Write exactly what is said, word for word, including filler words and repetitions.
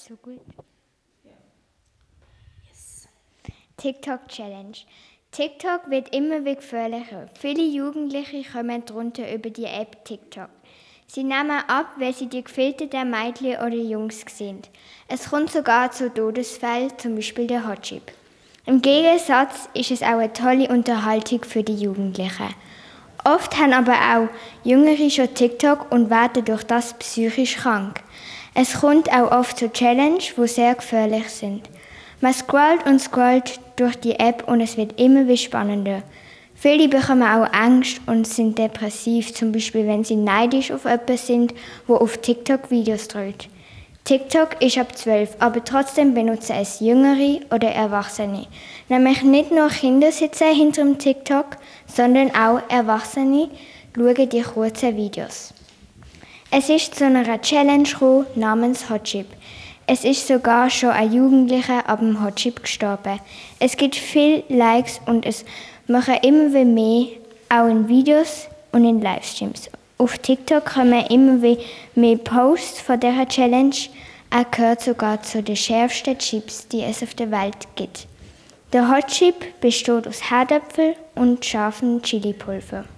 ist so gut. Yes. TikTok-Challenge. TikTok wird immer wieder gefährlicher. Viele Jugendliche kommen darunter über die App TikTok. Sie nehmen ab, weil sie die gefilterten Mädchen oder Jungs sind. Es kommt sogar zu Todesfällen, zum Beispiel der Hotchip. Im Gegensatz ist es auch eine tolle Unterhaltung für die Jugendlichen. Oft haben aber auch Jüngere schon TikTok und werden durch das psychisch krank. Es kommt auch oft zu Challenges, die sehr gefährlich sind. Man scrollt und scrollt durch die App und es wird immer wieder spannender. Viele bekommen auch Angst und sind depressiv, zum Beispiel wenn sie neidisch auf jemanden sind, der auf TikTok Videos dreht. TikTok ist ab zwölf, aber trotzdem benutzen es Jüngere oder Erwachsene. Nämlich nicht nur Kinder sitzen hinter dem TikTok, sondern auch Erwachsene schauen die kurzen Videos. Es ist zu einer Challenge gekommen, namens Hotchip. Es ist sogar schon ein Jugendlicher ab dem Hotchip gestorben. Es gibt viele Likes und es machen immer mehr, auch in Videos und in Livestreams. Auf TikTok kommen immer mehr Posts von dieser Challenge. Er gehört sogar zu den schärfsten Chips, die es auf der Welt gibt. Der Hot Chip besteht aus Herdöpfel und scharfem Chilipulver.